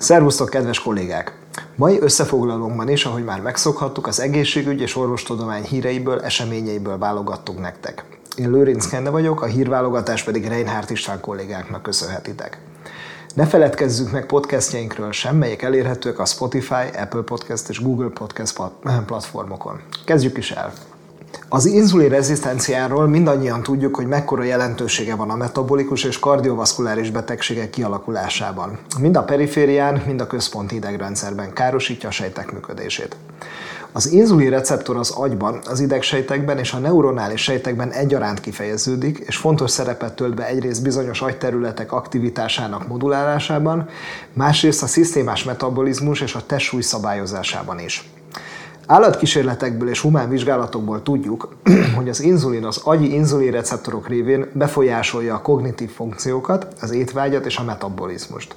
Szervusztok, kedves kollégák! Mai összefoglalónkban is, ahogy már megszokhattuk, az egészségügy és orvostudomány híreiből, eseményeiből válogattuk nektek. Én Lőrinc Kende vagyok, a hírválogatás pedig Reinhardt István kollégáknak köszönhetitek. Ne feledkezzünk meg podcastjainkről sem, melyek elérhetőek a Spotify, Apple Podcast és Google Podcast platformokon. Kezdjük is el! Az inzulin rezisztenciáról mindannyian tudjuk, hogy mekkora jelentősége van a metabolikus és kardiovaszkuláris betegségek kialakulásában. Mind a periférián, mind a központi idegrendszerben károsítja a sejtek működését. Az inzulin receptor az agyban, az idegsejtekben és a neuronális sejtekben egyaránt kifejeződik, és fontos szerepet tölt be egyrészt bizonyos agyterületek aktivitásának modulálásában, másrészt a szisztémás metabolizmus és a testsúly szabályozásában is. Állatkísérletekből és humán vizsgálatokból tudjuk, hogy az inzulin az agyi inzulinreceptorok révén befolyásolja a kognitív funkciókat, az étvágyat és a metabolizmust.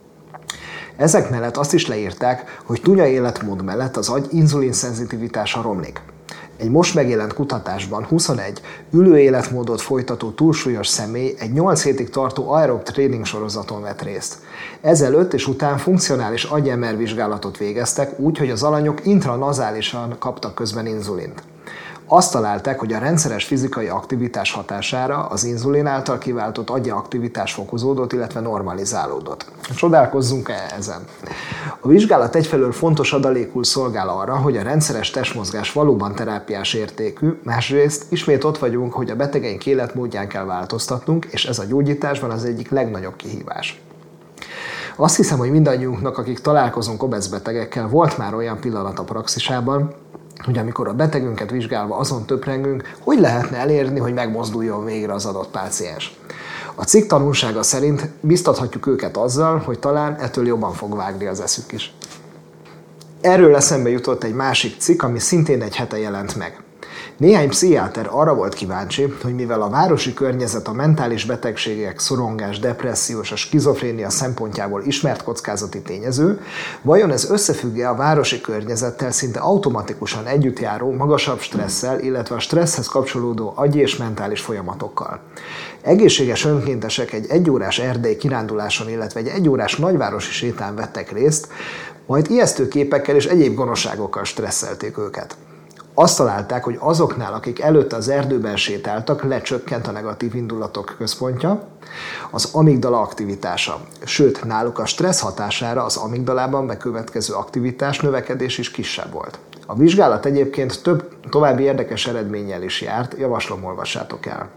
Ezek mellett azt is leírták, hogy tunya életmód mellett az agy inzulinszenzitivitása romlik. Egy most megjelent kutatásban 21 ülő életmódot folytató túlsúlyos személy egy 8 hétig tartó aerob tréning sorozaton vett részt. Ezelőtt és után funkcionális agy-MR vizsgálatot végeztek úgy, hogy az alanyok intranazálisan kaptak közben inzulint. Azt találták, hogy a rendszeres fizikai aktivitás hatására az inzulin által kiváltott agyi aktivitás fokozódott, illetve normalizálódott. Csodálkozzunk-e ezen? A vizsgálat egyfelől fontos adalékul szolgál arra, hogy a rendszeres testmozgás valóban terápiás értékű, másrészt ismét ott vagyunk, hogy a betegeink életmódján kell változtatnunk, és ez a gyógyításban az egyik legnagyobb kihívás. Azt hiszem, hogy mindannyiunknak, akik találkozunk obez betegekkel, volt már olyan pillanat a praxisában, hogy amikor a betegünket vizsgálva azon töprengünk, hogy lehetne elérni, hogy megmozduljon végre az adott páciens. A cikk tanulsága szerint biztathatjuk őket azzal, hogy talán ettől jobban fog vágni az eszük is. Erről eszembe jutott egy másik cikk, ami szintén egy hete jelent meg. Néhány pszichiáter arra volt kíváncsi, hogy mivel a városi környezet a mentális betegségek, szorongás, depresszió és a skizofrénia szempontjából ismert kockázati tényező, vajon ez összefügg-e a városi környezettel szinte automatikusan együttjáró magasabb stresszel, illetve a stresszhez kapcsolódó agyi és mentális folyamatokkal. Egészséges önkéntesek egy egyórás erdei kiránduláson, illetve egy egyórás nagyvárosi sétán vettek részt, majd ijesztő képekkel és egyéb gonoszságokkal stresszelték őket. Azt találták, hogy azoknál, akik előtte az erdőben sétáltak, lecsökkent a negatív indulatok központja, az amigdala aktivitása. Sőt, náluk a stressz hatására az amigdalában bekövetkező aktivitás növekedés is kisebb volt. A vizsgálat egyébként több további érdekes eredménnyel is járt, javaslom, olvassátok el.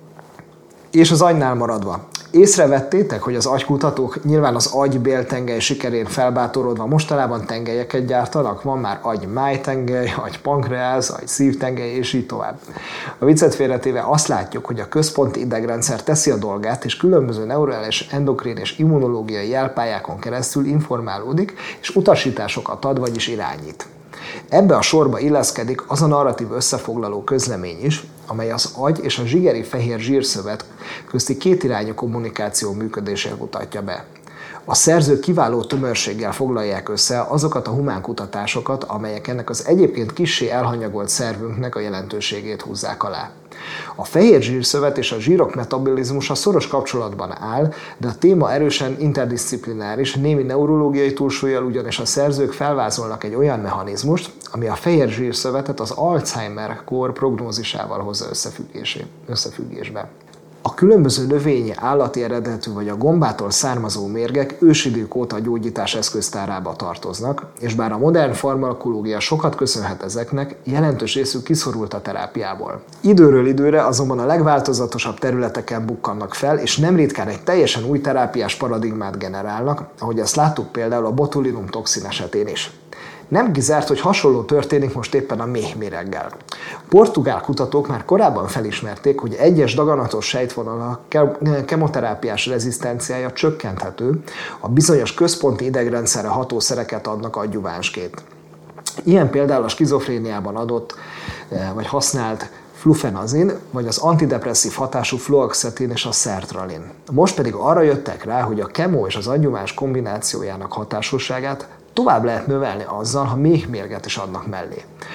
És az agynál maradva. Észrevettétek, hogy az agykutatók nyilván az agy-béltengely sikerén felbátorodva mostanában tengelyeket gyártanak? Van már agy-májtengely, agy-pankreáz, agy-szívtengely, és így tovább. A viccet félretéve azt látjuk, hogy a központi idegrendszer teszi a dolgát, és különböző neurális, endokrin és immunológiai jelpályákon keresztül informálódik, és utasításokat ad, vagyis irányít. Ebbe a sorba illeszkedik az a narratív összefoglaló közlemény is, amely az agy és a zsigeri fehér zsírszövet közti kétirányú kommunikáció működését mutatja be. A szerzők kiváló tömörséggel foglalják össze azokat a humán kutatásokat, amelyek ennek az egyébként kissé elhanyagolt szervünknek a jelentőségét húzzák alá. A fehér zsírszövet és a zsírok metabolizmusa szoros kapcsolatban áll, de a téma erősen interdisziplináris, némi neurológiai túlsúllyal, ugyanis a szerzők felvázolnak egy olyan mechanizmust, ami a fehér zsírszövetet az Alzheimer-kór prognózisával hozza összefüggésbe. A különböző növényi, állati eredetű vagy a gombától származó mérgek ősidők óta a gyógyítás eszköztárába tartoznak, és bár a modern farmakológia sokat köszönhet ezeknek, jelentős részük kiszorult a terápiából. Időről időre azonban a legváltozatosabb területeken bukkannak fel, és nem ritkán egy teljesen új terápiás paradigmát generálnak, ahogy ezt láttuk például a botulinum toxin esetén is. Nem kizárt, hogy hasonló történik most éppen a méhméreggel. Portugál kutatók már korábban felismerték, hogy egyes daganatos sejtvonalak kemoterápiás rezisztenciája csökkenthető, a bizonyos központi idegrendszerre ható szereket adnak adjuvánsként. Ilyen például a skizofréniában adott vagy használt flufenazin, vagy az antidepresszív hatású fluoxetin és a sertralin. Most pedig arra jöttek rá, hogy a kemó és az adjuváns kombinációjának hatásosságát tovább lehet növelni azzal, ha méhmérget is adnak mellé.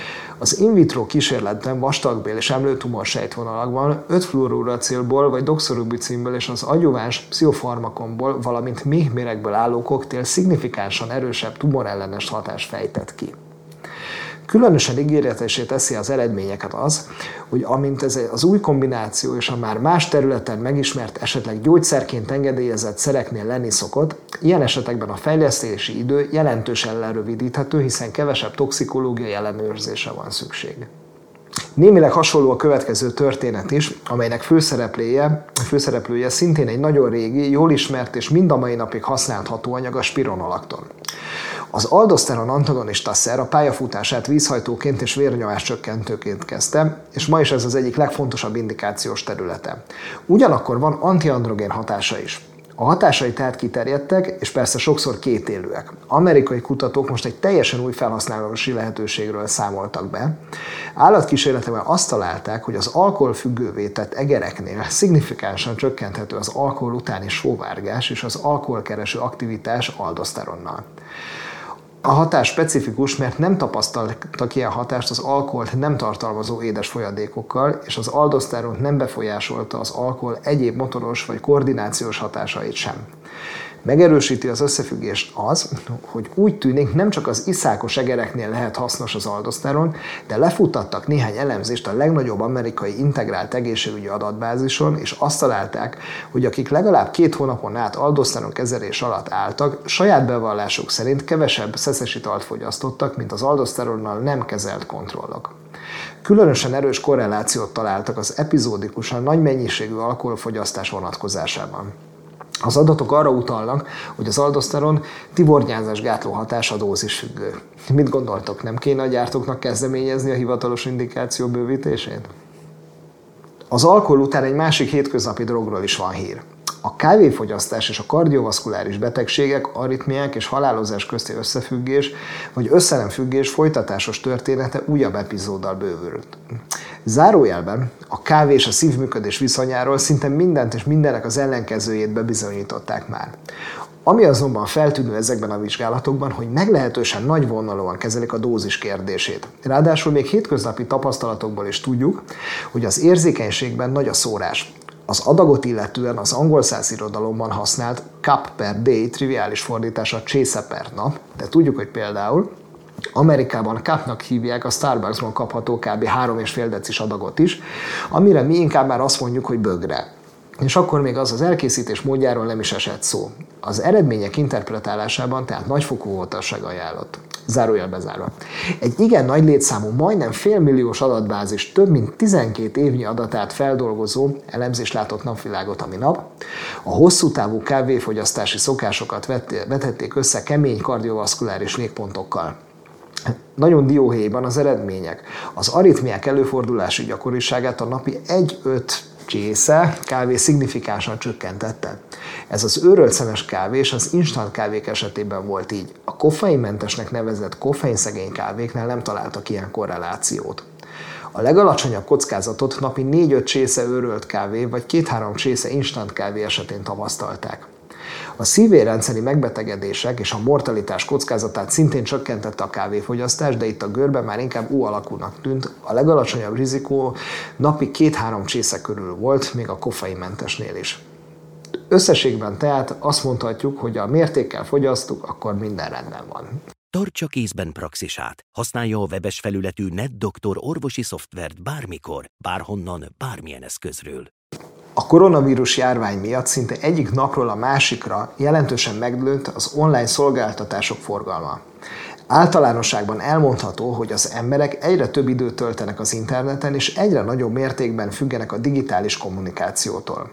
Az in vitro kísérletben vastagbél és emlőtumor sejtvonalakban 5-fluoruracilból vagy doxorubicinből és az adjuváns pszichofarmakonból, valamint méhméregből álló koktél szignifikánsan erősebb tumorellenes hatást fejtett ki. Különösen ígéretessé teszi az eredményeket az, hogy amint ez az új kombináció és a már más területen megismert, esetleg gyógyszerként engedélyezett szereknél lenni szokott, ilyen esetekben a fejlesztési idő jelentősen lerövidíthető, hiszen kevesebb toxikológiai ellenőrzésre van szükség. Némileg hasonló a következő történet is, amelynek főszereplője szintén egy nagyon régi, jól ismert és mind a mai napig használt hatóanyag, a spironolakton. Az aldoszteron antagonista szer a pályafutását vízhajtóként és vérnyomáscsökkentőként kezdte, és ma is ez az egyik legfontosabb indikációs területe. Ugyanakkor van antiandrogén hatása is. A hatásai tehát kiterjedtek, és persze sokszor kétélűek. Amerikai kutatók most egy teljesen új felhasználási lehetőségről számoltak be. Állatkísérletekben azt találták, hogy az alkoholfüggővé tett egereknél szignifikánsan csökkenthető az alkohol utáni sóvárgás és az alkoholkereső aktivitás aldoszteronnal. A hatás specifikus, mert nem tapasztaltak ilyen hatást az alkoholt nem tartalmazó édes folyadékokkal, és az aldoszteront nem befolyásolta az alkohol egyéb motoros vagy koordinációs hatásait sem. Megerősíti az összefüggést az, hogy úgy tűnik, nem csak az iszákos egereknél lehet hasznos az aldoszteron, de lefuttattak néhány elemzést a legnagyobb amerikai integrált egészségügyi adatbázison, és azt találták, hogy akik legalább 2 hónapon át aldoszteron kezelés alatt álltak, saját bevallásuk szerint kevesebb szeszes italt fogyasztottak, mint az aldoszteronnal nem kezelt kontrollok. Különösen erős korrelációt találtak az epizódikusan nagy mennyiségű alkoholfogyasztás vonatkozásában. Az adatok arra utalnak, hogy az aldoszteron tivornyázás gátló hatása dózisfüggő. Mit gondoltok, nem kéne a gyártóknak kezdeményezni a hivatalos indikáció bővítését? Az alkohol után egy másik hétköznapi drogról is van hír. A kávéfogyasztás és a kardiovaszkuláris betegségek, aritmiák és halálozás közti összefüggés vagy összenemfüggés folytatásos története újabb epizóddal bővült. Zárójelben a kávé és a szívműködés viszonyáról szinte mindent és mindennek az ellenkezőjét bebizonyították már. Ami azonban feltűnő ezekben a vizsgálatokban, hogy meglehetősen nagyvonalúan kezelik a dózis kérdését. Ráadásul még hétköznapi tapasztalatokból is tudjuk, hogy az érzékenységben nagy a szórás. Az adagot illetően az angol százirodalomban használt cup per day triviális fordítása csésze per nap, de tudjuk, hogy például Amerikában cupnak hívják a Starbucksban kapható kb. 3,5 decis adagot is, amire mi inkább már azt mondjuk, hogy bögre. És akkor még az elkészítés módjáról nem is esett szó. Az eredmények interpretálásában tehát nagyfokú óvatosság ajánlott. Zárójelbe zárva. Egy igen nagy létszámú, majdnem félmilliós adatbázis több mint 12 évnyi adatát feldolgozó elemzés látott napvilágot a minap. A hosszú távú kávéfogyasztási szokásokat vetették össze kemény kardiovaszkuláris végpontokkal. Nagyon dióhéjban az eredmények. Az aritmiák előfordulási gyakoriságát a napi 1-5 csésze kávé szignifikánsan csökkentette. Ez az őrölt szemes kávé és az instant kávék esetében volt így. A koffeinmentesnek nevezett koffeinszegény kávéknál nem találtak ilyen korrelációt. A legalacsonyabb kockázatot napi 4-5 csésze őrölt kávé vagy 2-3 csésze instant kávé esetén tapasztalták. A szívérrendszeri megbetegedések és a mortalitás kockázatát szintén csökkentette a kávéfogyasztás, de itt a görben már inkább U alakúnak tűnt, a legalacsonyabb rizikó napi 2-3 csésze körül volt, még a koffeinmentesnél is. Összességben tehát azt mondhatjuk, hogy a mértékkel fogyasztuk, akkor minden rendben van. Tartsa kézben praxisát. Használja a webes felületű NetDoktor orvosi szoftvert bármikor, bárhonnan, bármilyen eszközről. A koronavírus járvány miatt szinte egyik napról a másikra jelentősen megnőtt az online szolgáltatások forgalma. Általánosságban elmondható, hogy az emberek egyre több időt töltenek az interneten, és egyre nagyobb mértékben függenek a digitális kommunikációtól.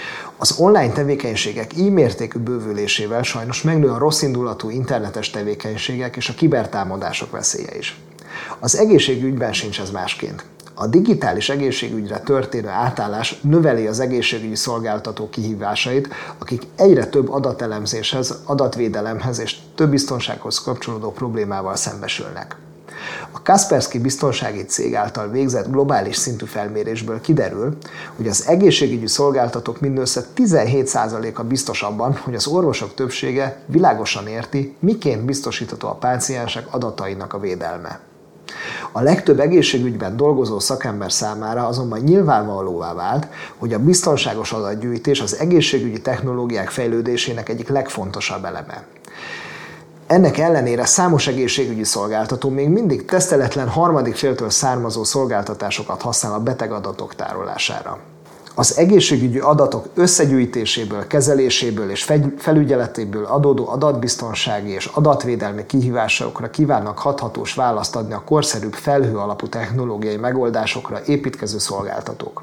Az online tevékenységek így mértékű bővülésével sajnos megnő a rosszindulatú internetes tevékenységek és a kibertámadások veszélye is. Az egészségügyben sincs ez másként. A digitális egészségügyre történő átállás növeli az egészségügyi szolgáltató kihívásait, akik egyre több adatelemzéshez, adatvédelemhez és több biztonsághoz kapcsolódó problémával szembesülnek. A Kaspersky biztonsági cég által végzett globális szintű felmérésből kiderül, hogy az egészségügyi szolgáltatók mindössze 17%-a biztos abban, hogy az orvosok többsége világosan érti, miként biztosítható a páciensek adatainak a védelme. A legtöbb egészségügyben dolgozó szakember számára azonban nyilvánvalóvá vált, hogy a biztonságos adatgyűjtés az egészségügyi technológiák fejlődésének egyik legfontosabb eleme. Ennek ellenére számos egészségügyi szolgáltató még mindig teszteletlen harmadik féltől származó szolgáltatásokat használ a betegadatok tárolására. Az egészségügyi adatok összegyűjtéséből, kezeléséből és felügyeletéből adódó adatbiztonsági és adatvédelmi kihívásokra kívánnak hathatós választ adni a korszerűbb felhő alapú technológiai megoldásokra építkező szolgáltatók.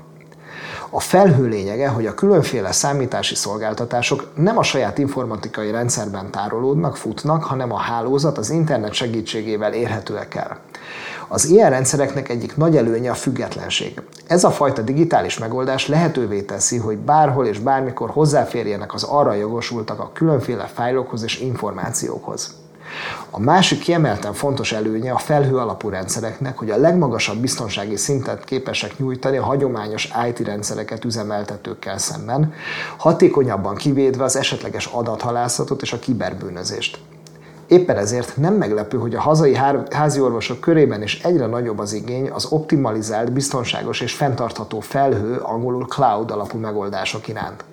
A felhő lényege, hogy a különféle számítási szolgáltatások nem a saját informatikai rendszerben tárolódnak, futnak, hanem a hálózat az internet segítségével érhetőek el. Az ilyen rendszereknek egyik nagy előnye a függetlenség. Ez a fajta digitális megoldás lehetővé teszi, hogy bárhol és bármikor hozzáférjenek az arra jogosultak a különféle fájlokhoz és információkhoz. A másik kiemelten fontos előnye a felhő alapú rendszereknek, hogy a legmagasabb biztonsági szintet képesek nyújtani a hagyományos IT rendszereket üzemeltetőkkel szemben, hatékonyabban kivédve az esetleges adathalászatot és a kiberbűnözést. Éppen ezért nem meglepő, hogy a hazai háziorvosok körében is egyre nagyobb az igény az optimalizált, biztonságos és fenntartható felhő, angolul cloud alapú megoldások iránt.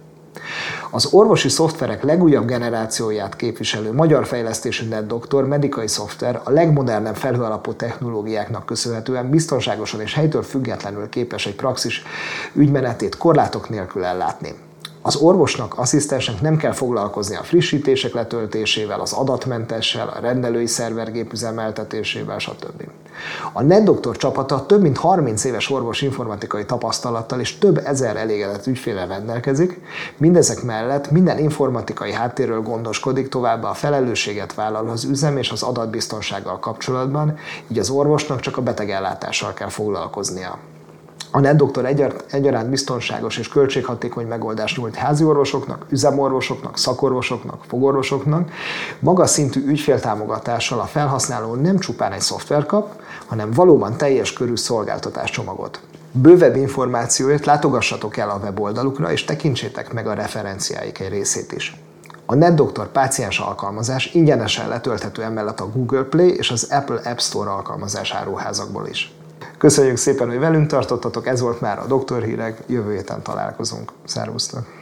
Az orvosi szoftverek legújabb generációját képviselő magyar fejlesztésű NetDoctor medikai szoftver a legmodernebb felhőalapú technológiáknak köszönhetően biztonságosan és helytől függetlenül képes egy praxis ügymenetét korlátok nélkül ellátni. Az orvosnak, asszisztensnek nem kell foglalkozni a frissítések letöltésével, az adatmentessel, a rendelői szervergép üzemeltetésével, stb. A NetDoctor csapata több mint 30 éves orvos informatikai tapasztalattal és több ezer elégedett ügyféllel rendelkezik, mindezek mellett minden informatikai háttérről gondoskodik, továbbá a felelősséget vállal az üzem és az adatbiztonsággal kapcsolatban, így az orvosnak csak a betegellátással kell foglalkoznia. A NetDoctor egyaránt biztonságos és költséghatékony megoldást nyújt háziorvosoknak, üzemorvosoknak, szakorvosoknak, fogorvosoknak. Magas szintű ügyféltámogatással a felhasználó nem csupán egy szoftver kap, hanem valóban teljes körű szolgáltatáscsomagot. Bővebb információért látogassatok el a weboldalukra, és tekintsétek meg a referenciáik egy részét is. A NetDoctor páciens alkalmazás ingyenesen letölthető emellett a Google Play és az Apple App Store alkalmazás áruházakból is. Köszönjük szépen, hogy velünk tartottatok, ez volt már a Doktor Hírek, jövő héten találkozunk. Szervusztok!